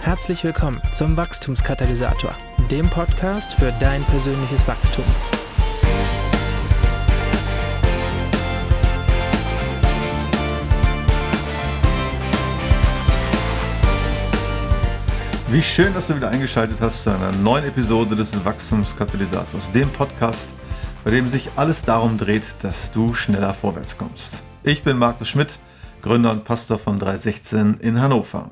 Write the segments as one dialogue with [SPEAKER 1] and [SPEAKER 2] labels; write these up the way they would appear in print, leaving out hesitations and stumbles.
[SPEAKER 1] Herzlich willkommen zum Wachstumskatalysator, dem Podcast für dein persönliches Wachstum.
[SPEAKER 2] Wie schön, dass du wieder eingeschaltet hast zu einer neuen Episode des Wachstumskatalysators, dem Podcast, bei dem sich alles darum dreht, dass du schneller vorwärts kommst. Ich bin Markus Schmidt, Gründer und Pastor von 316 in Hannover.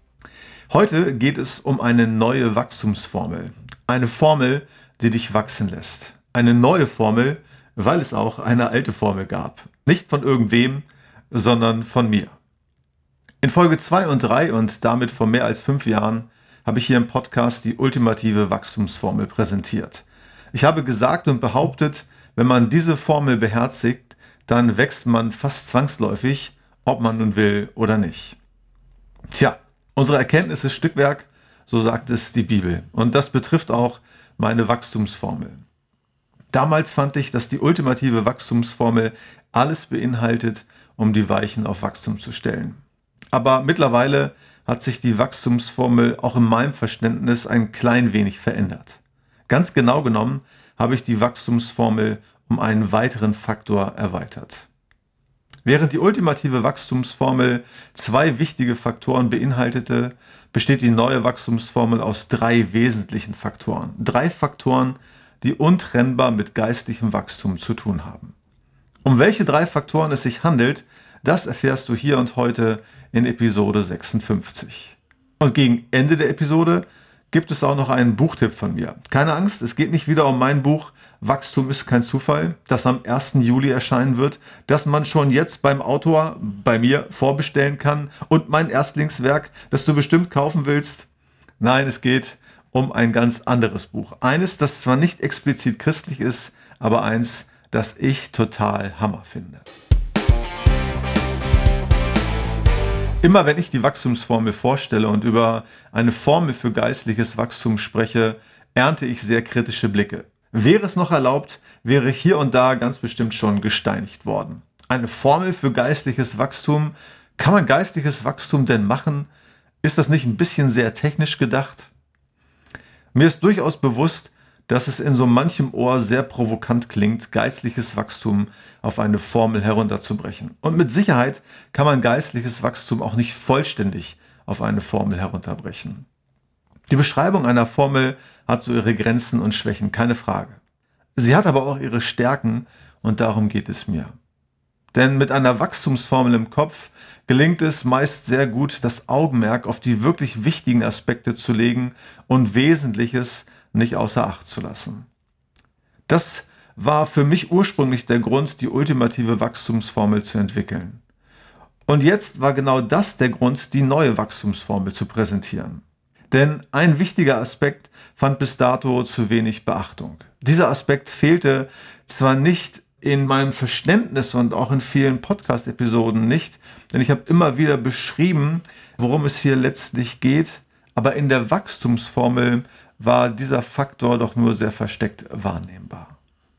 [SPEAKER 2] Heute geht es um eine neue Wachstumsformel. Eine Formel, die dich wachsen lässt. Eine neue Formel, weil es auch eine alte Formel gab. Nicht von irgendwem, sondern von mir. In Folge 2 und 3 und damit vor mehr als 5 Jahren habe ich hier im Podcast die ultimative Wachstumsformel präsentiert. Ich habe gesagt und behauptet, wenn man diese Formel beherzigt, dann wächst man fast zwangsläufig, ob man nun will oder nicht. Tja, unsere Erkenntnis ist Stückwerk, so sagt es die Bibel. Und das betrifft auch meine Wachstumsformel. Damals fand ich, dass die ultimative Wachstumsformel alles beinhaltet, um die Weichen auf Wachstum zu stellen. Aber mittlerweile hat sich die Wachstumsformel auch in meinem Verständnis ein klein wenig verändert. Ganz genau genommen habe ich die Wachstumsformel um einen weiteren Faktor erweitert. Während die ultimative Wachstumsformel 2 wichtige Faktoren beinhaltete, besteht die neue Wachstumsformel aus 3 wesentlichen Faktoren. 3 Faktoren, die untrennbar mit geistlichem Wachstum zu tun haben. Um welche 3 Faktoren es sich handelt, das erfährst du hier und heute in Episode 56. Und gegen Ende der Episode gibt es auch noch einen Buchtipp von mir. Keine Angst, es geht nicht wieder um mein Buch Wachstum ist kein Zufall, das am 1. Juli erscheinen wird, das man schon jetzt beim Autor, bei mir, vorbestellen kann und mein Erstlingswerk, das du bestimmt kaufen willst. Nein, es geht um ein ganz anderes Buch. Eines, das zwar nicht explizit christlich ist, aber eins, das ich total Hammer finde. Immer wenn ich die Wachstumsformel vorstelle und über eine Formel für geistliches Wachstum spreche, ernte ich sehr kritische Blicke. Wäre es noch erlaubt, wäre hier und da ganz bestimmt schon gesteinigt worden. Eine Formel für geistliches Wachstum? Kann man geistliches Wachstum denn machen? Ist das nicht ein bisschen sehr technisch gedacht? Mir ist durchaus bewusst, dass es in so manchem Ohr sehr provokant klingt, geistliches Wachstum auf eine Formel herunterzubrechen. Und mit Sicherheit kann man geistliches Wachstum auch nicht vollständig auf eine Formel herunterbrechen. Die Beschreibung einer Formel hat so ihre Grenzen und Schwächen, keine Frage. Sie hat aber auch ihre Stärken und darum geht es mir. Denn mit einer Wachstumsformel im Kopf gelingt es meist sehr gut, das Augenmerk auf die wirklich wichtigen Aspekte zu legen und Wesentliches nicht außer Acht zu lassen. Das war für mich ursprünglich der Grund, die ultimative Wachstumsformel zu entwickeln. Und jetzt war genau das der Grund, die neue Wachstumsformel zu präsentieren. Denn ein wichtiger Aspekt fand bis dato zu wenig Beachtung. Dieser Aspekt fehlte zwar nicht in meinem Verständnis und auch in vielen Podcast-Episoden nicht, denn ich habe immer wieder beschrieben, worum es hier letztlich geht, aber in der Wachstumsformel war dieser Faktor doch nur sehr versteckt wahrnehmbar.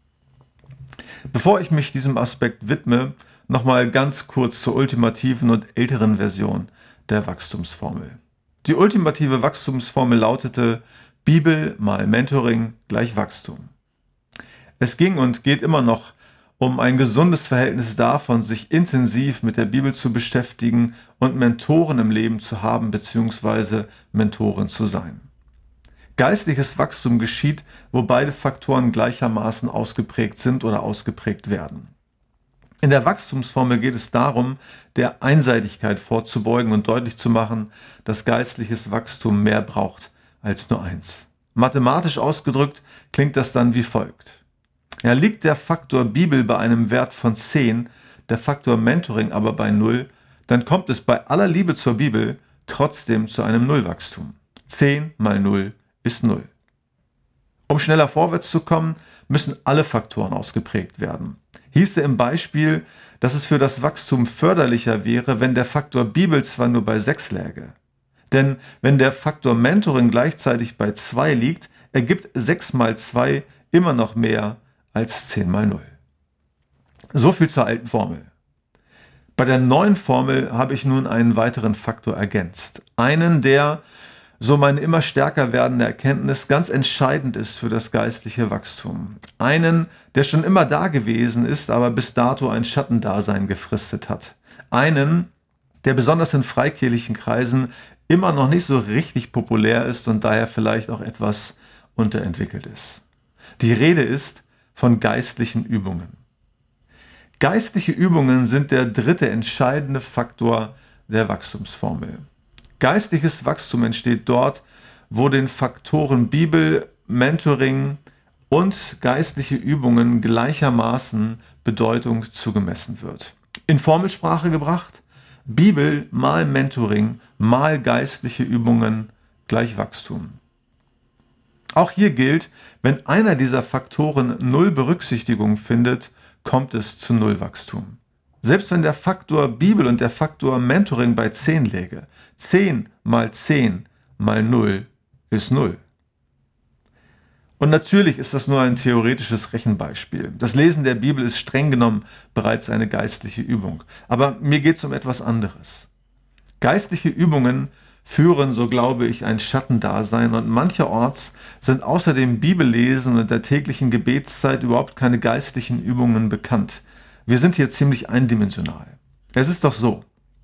[SPEAKER 2] Bevor ich mich diesem Aspekt widme, nochmal ganz kurz zur ultimativen und älteren Version der Wachstumsformel. Die ultimative Wachstumsformel lautete Bibel mal Mentoring gleich Wachstum. Es ging und geht immer noch um ein gesundes Verhältnis davon, sich intensiv mit der Bibel zu beschäftigen und Mentoren im Leben zu haben bzw. Mentoren zu sein. Geistliches Wachstum geschieht, wo beide Faktoren gleichermaßen ausgeprägt sind oder ausgeprägt werden. In der Wachstumsformel geht es darum, der Einseitigkeit vorzubeugen und deutlich zu machen, dass geistliches Wachstum mehr braucht als nur eins. Mathematisch ausgedrückt klingt das dann wie folgt. Ja, liegt der Faktor Bibel bei einem Wert von 10, der Faktor Mentoring aber bei 0, dann kommt es bei aller Liebe zur Bibel trotzdem zu einem Nullwachstum. 10 mal 0 ist 0. Um schneller vorwärts zu kommen, müssen alle Faktoren ausgeprägt werden. Hieße im Beispiel, dass es für das Wachstum förderlicher wäre, wenn der Faktor Bibel zwar nur bei 6 läge. Denn wenn der Faktor Mentoring gleichzeitig bei 2 liegt, ergibt 6 mal 2 immer noch mehr als 10 mal 0. So viel zur alten Formel. Bei der neuen Formel habe ich nun einen weiteren Faktor ergänzt. Einen, der so meine immer stärker werdende Erkenntnis, ganz entscheidend ist für das geistliche Wachstum. Einen, der schon immer da gewesen ist, aber bis dato ein Schattendasein gefristet hat. Einen, der besonders in freikirchlichen Kreisen immer noch nicht so richtig populär ist und daher vielleicht auch etwas unterentwickelt ist. Die Rede ist von geistlichen Übungen. Geistliche Übungen sind der dritte entscheidende Faktor der Wachstumsformel. Geistliches Wachstum entsteht dort, wo den Faktoren Bibel, Mentoring und geistliche Übungen gleichermaßen Bedeutung zugemessen wird. In Formelsprache gebracht: Bibel mal Mentoring mal geistliche Übungen gleich Wachstum. Auch hier gilt, wenn einer dieser Faktoren null Berücksichtigung findet, kommt es zu Nullwachstum. Selbst wenn der Faktor Bibel und der Faktor Mentoring bei 10 läge, 10 mal 10 mal 0 ist 0. Und natürlich ist das nur ein theoretisches Rechenbeispiel. Das Lesen der Bibel ist streng genommen bereits eine geistliche Übung. Aber mir geht es um etwas anderes. Geistliche Übungen führen, so glaube ich, ein Schattendasein und mancherorts sind außer dem Bibellesen und der täglichen Gebetszeit überhaupt keine geistlichen Übungen bekannt. Wir sind hier ziemlich eindimensional. Es ist doch so: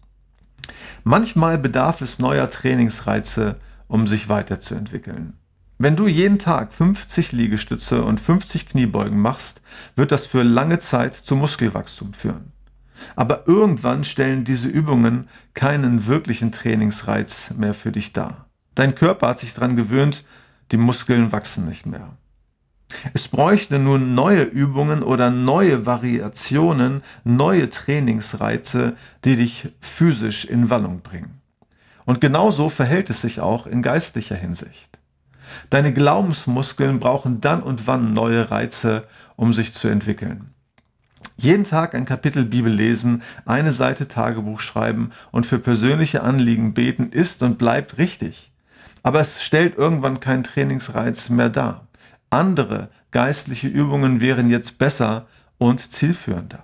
[SPEAKER 2] Manchmal bedarf es neuer Trainingsreize, um sich weiterzuentwickeln. Wenn du jeden Tag 50 Liegestütze und 50 Kniebeugen machst, wird das für lange Zeit zu Muskelwachstum führen. Aber irgendwann stellen diese Übungen keinen wirklichen Trainingsreiz mehr für dich dar. Dein Körper hat sich daran gewöhnt, die Muskeln wachsen nicht mehr. Es bräuchte nun neue Übungen oder neue Variationen, neue Trainingsreize, die dich physisch in Wallung bringen. Und genauso verhält es sich auch in geistlicher Hinsicht. Deine Glaubensmuskeln brauchen dann und wann neue Reize, um sich zu entwickeln. Jeden Tag ein Kapitel Bibel lesen, eine Seite Tagebuch schreiben und für persönliche Anliegen beten ist und bleibt richtig. Aber es stellt irgendwann keinen Trainingsreiz mehr dar. Andere geistliche Übungen wären jetzt besser und zielführender.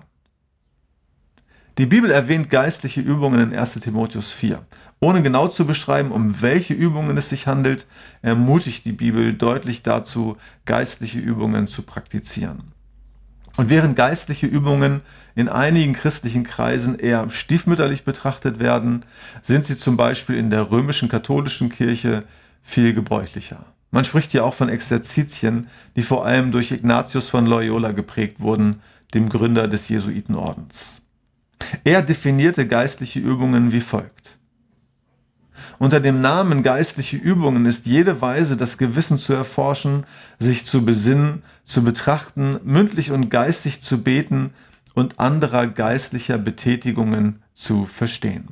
[SPEAKER 2] Die Bibel erwähnt geistliche Übungen in 1. Timotheus 4. Ohne genau zu beschreiben, um welche Übungen es sich handelt, ermutigt die Bibel deutlich dazu, geistliche Übungen zu praktizieren. Und während geistliche Übungen in einigen christlichen Kreisen eher stiefmütterlich betrachtet werden, sind sie zum Beispiel in der römischen katholischen Kirche viel gebräuchlicher. Man spricht ja auch von Exerzitien, die vor allem durch Ignatius von Loyola geprägt wurden, dem Gründer des Jesuitenordens. Er definierte geistliche Übungen wie folgt: Unter dem Namen geistliche Übungen ist jede Weise, das Gewissen zu erforschen, sich zu besinnen, zu betrachten, mündlich und geistig zu beten und anderer geistlicher Betätigungen zu verstehen.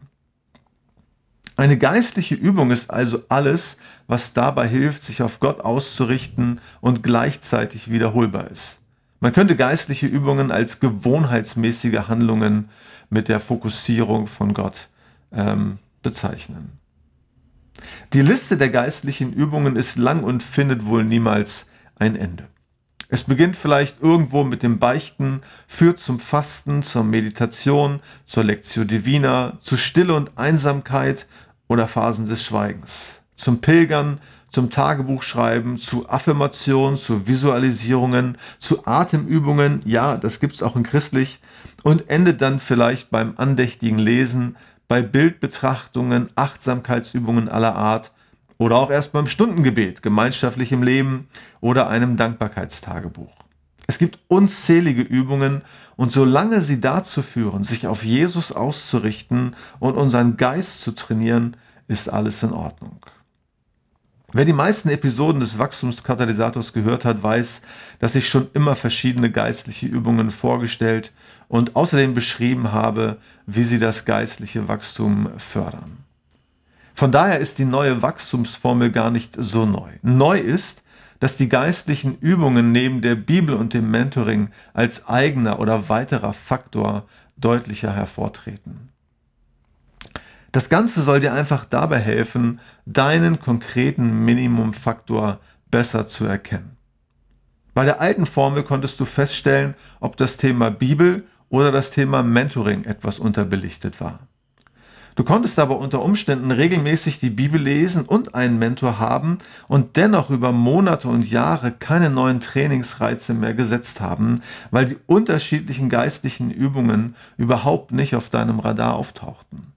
[SPEAKER 2] Eine geistliche Übung ist also alles, was dabei hilft, sich auf Gott auszurichten und gleichzeitig wiederholbar ist. Man könnte geistliche Übungen als gewohnheitsmäßige Handlungen mit der Fokussierung von Gott bezeichnen. Die Liste der geistlichen Übungen ist lang und findet wohl niemals ein Ende. Es beginnt vielleicht irgendwo mit dem Beichten, führt zum Fasten, zur Meditation, zur Lectio Divina, zu Stille und Einsamkeit oder Phasen des Schweigens, zum Pilgern, zum Tagebuchschreiben, zu Affirmationen, zu Visualisierungen, zu Atemübungen, ja, das gibt's auch in christlich, und endet dann vielleicht beim andächtigen Lesen, bei Bildbetrachtungen, Achtsamkeitsübungen aller Art oder auch erst beim Stundengebet, gemeinschaftlichem Leben oder einem Dankbarkeitstagebuch. Es gibt unzählige Übungen und solange sie dazu führen, sich auf Jesus auszurichten und unseren Geist zu trainieren, ist alles in Ordnung. Wer die meisten Episoden des Wachstumskatalysators gehört hat, weiß, dass ich schon immer verschiedene geistliche Übungen vorgestellt und außerdem beschrieben habe, wie sie das geistliche Wachstum fördern. Von daher ist die neue Wachstumsformel gar nicht so neu. Neu ist, dass die geistlichen Übungen neben der Bibel und dem Mentoring als eigener oder weiterer Faktor deutlicher hervortreten. Das Ganze soll dir einfach dabei helfen, deinen konkreten Minimumfaktor besser zu erkennen. Bei der alten Formel konntest du feststellen, ob das Thema Bibel oder das Thema Mentoring etwas unterbelichtet war. Du konntest aber unter Umständen regelmäßig die Bibel lesen und einen Mentor haben und dennoch über Monate und Jahre keine neuen Trainingsreize mehr gesetzt haben, weil die unterschiedlichen geistlichen Übungen überhaupt nicht auf deinem Radar auftauchten.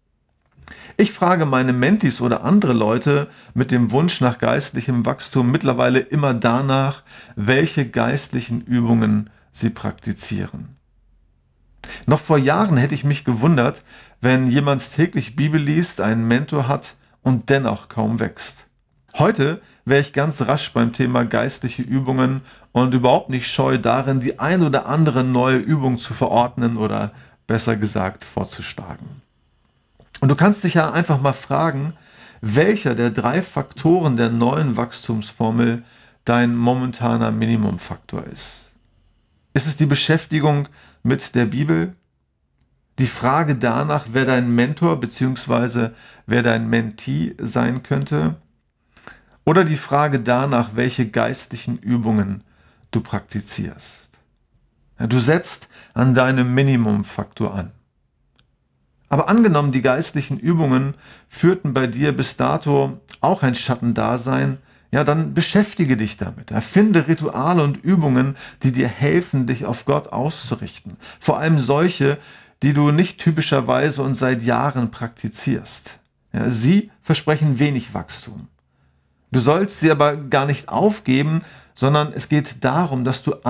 [SPEAKER 2] Ich frage meine Mentis oder andere Leute mit dem Wunsch nach geistlichem Wachstum mittlerweile immer danach, welche geistlichen Übungen sie praktizieren. Noch vor Jahren hätte ich mich gewundert, wenn jemand täglich Bibel liest, einen Mentor hat und dennoch kaum wächst. Heute wäre ich ganz rasch beim Thema geistliche Übungen und überhaupt nicht scheu darin, die ein oder andere neue Übung zu verordnen oder besser gesagt vorzuschlagen. Und du kannst dich ja einfach mal fragen, welcher der 3 Faktoren der neuen Wachstumsformel dein momentaner Minimumfaktor ist. Ist es die Beschäftigung mit der Bibel? Die Frage danach, wer dein Mentor bzw. wer dein Mentee sein könnte? Oder die Frage danach, welche geistlichen Übungen du praktizierst? Du setzt an deinem Minimumfaktor an. Aber angenommen, die geistlichen Übungen führten bei dir bis dato auch ein Schattendasein, ja, dann beschäftige dich damit. Erfinde Rituale und Übungen, die dir helfen, dich auf Gott auszurichten. Vor allem solche, die du nicht typischerweise und seit Jahren praktizierst. Ja, sie versprechen wenig Wachstum. Du sollst sie aber gar nicht aufgeben, sondern es geht darum, dass du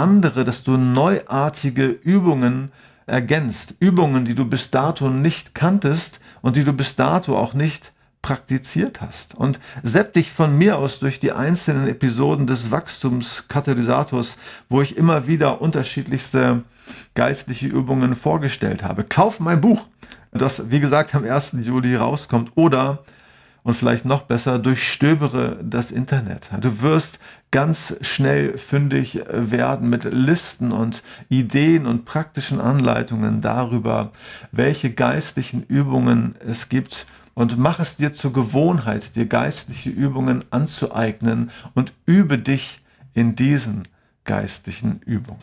[SPEAKER 2] neuartige Übungen ergänzt. Übungen, die du bis dato nicht kanntest und die du bis dato auch nicht praktiziert hast. Und sepp dich von mir aus durch die einzelnen Episoden des Wachstumskatalysators, wo ich immer wieder unterschiedlichste geistliche Übungen vorgestellt habe. Kauf mein Buch, das wie gesagt am 1. Juli rauskommt, oder, und vielleicht noch besser, durchstöbere das Internet. Du wirst ganz schnell fündig werden mit Listen und Ideen und praktischen Anleitungen darüber, welche geistlichen Übungen es gibt, und mach es dir zur Gewohnheit, dir geistliche Übungen anzueignen und übe dich in diesen geistlichen Übungen.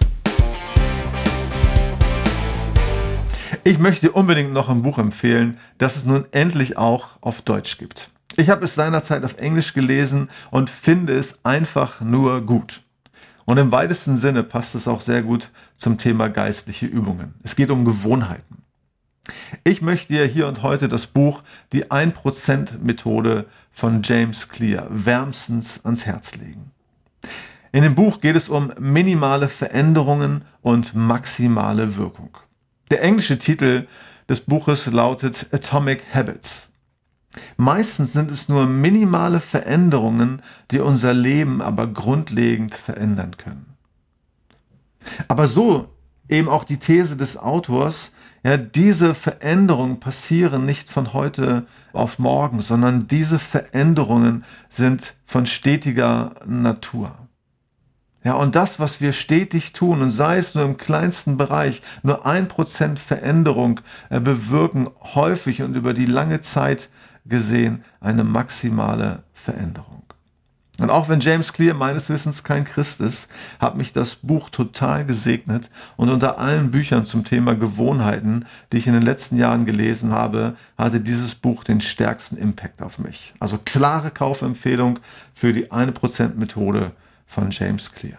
[SPEAKER 2] Ich möchte dir unbedingt noch ein Buch empfehlen, das es nun endlich auch auf Deutsch gibt. Ich habe es seinerzeit auf Englisch gelesen und finde es einfach nur gut. Und im weitesten Sinne passt es auch sehr gut zum Thema geistliche Übungen. Es geht um Gewohnheiten. Ich möchte dir hier und heute das Buch Die 1%-Methode von James Clear wärmstens ans Herz legen. In dem Buch geht es um minimale Veränderungen und maximale Wirkung. Der englische Titel des Buches lautet Atomic Habits. Meistens sind es nur minimale Veränderungen, die unser Leben aber grundlegend verändern können. Aber so eben auch die These des Autors, ja, diese Veränderungen passieren nicht von heute auf morgen, sondern diese Veränderungen sind von stetiger Natur. Ja, und das, was wir stetig tun, und sei es nur im kleinsten Bereich, nur 1% Veränderung bewirken häufig und über die lange Zeit gesehen eine maximale Veränderung. Und auch wenn James Clear meines Wissens kein Christ ist, hat mich das Buch total gesegnet, und unter allen Büchern zum Thema Gewohnheiten, die ich in den letzten Jahren gelesen habe, hatte dieses Buch den stärksten Impact auf mich. Also klare Kaufempfehlung für die 1%-Methode von James Clear.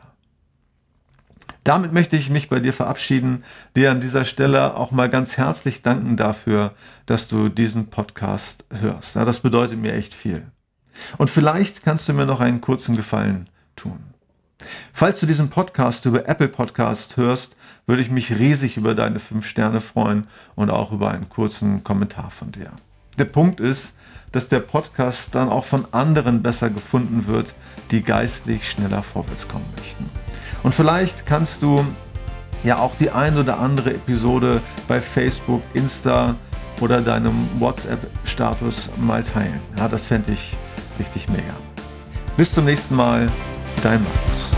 [SPEAKER 2] Damit möchte ich mich bei dir verabschieden, dir an dieser Stelle auch mal ganz herzlich danken dafür, dass du diesen Podcast hörst. Ja, das bedeutet mir echt viel. Und vielleicht kannst du mir noch einen kurzen Gefallen tun. Falls du diesen Podcast über Apple Podcast hörst, würde ich mich riesig über deine 5 Sterne freuen und auch über einen kurzen Kommentar von dir. Der Punkt ist, dass der Podcast dann auch von anderen besser gefunden wird, die geistlich schneller vorwärts kommen möchten. Und vielleicht kannst du ja auch die ein oder andere Episode bei Facebook, Insta oder deinem WhatsApp-Status mal teilen. Ja, das fände ich richtig mega. Bis zum nächsten Mal, dein Markus.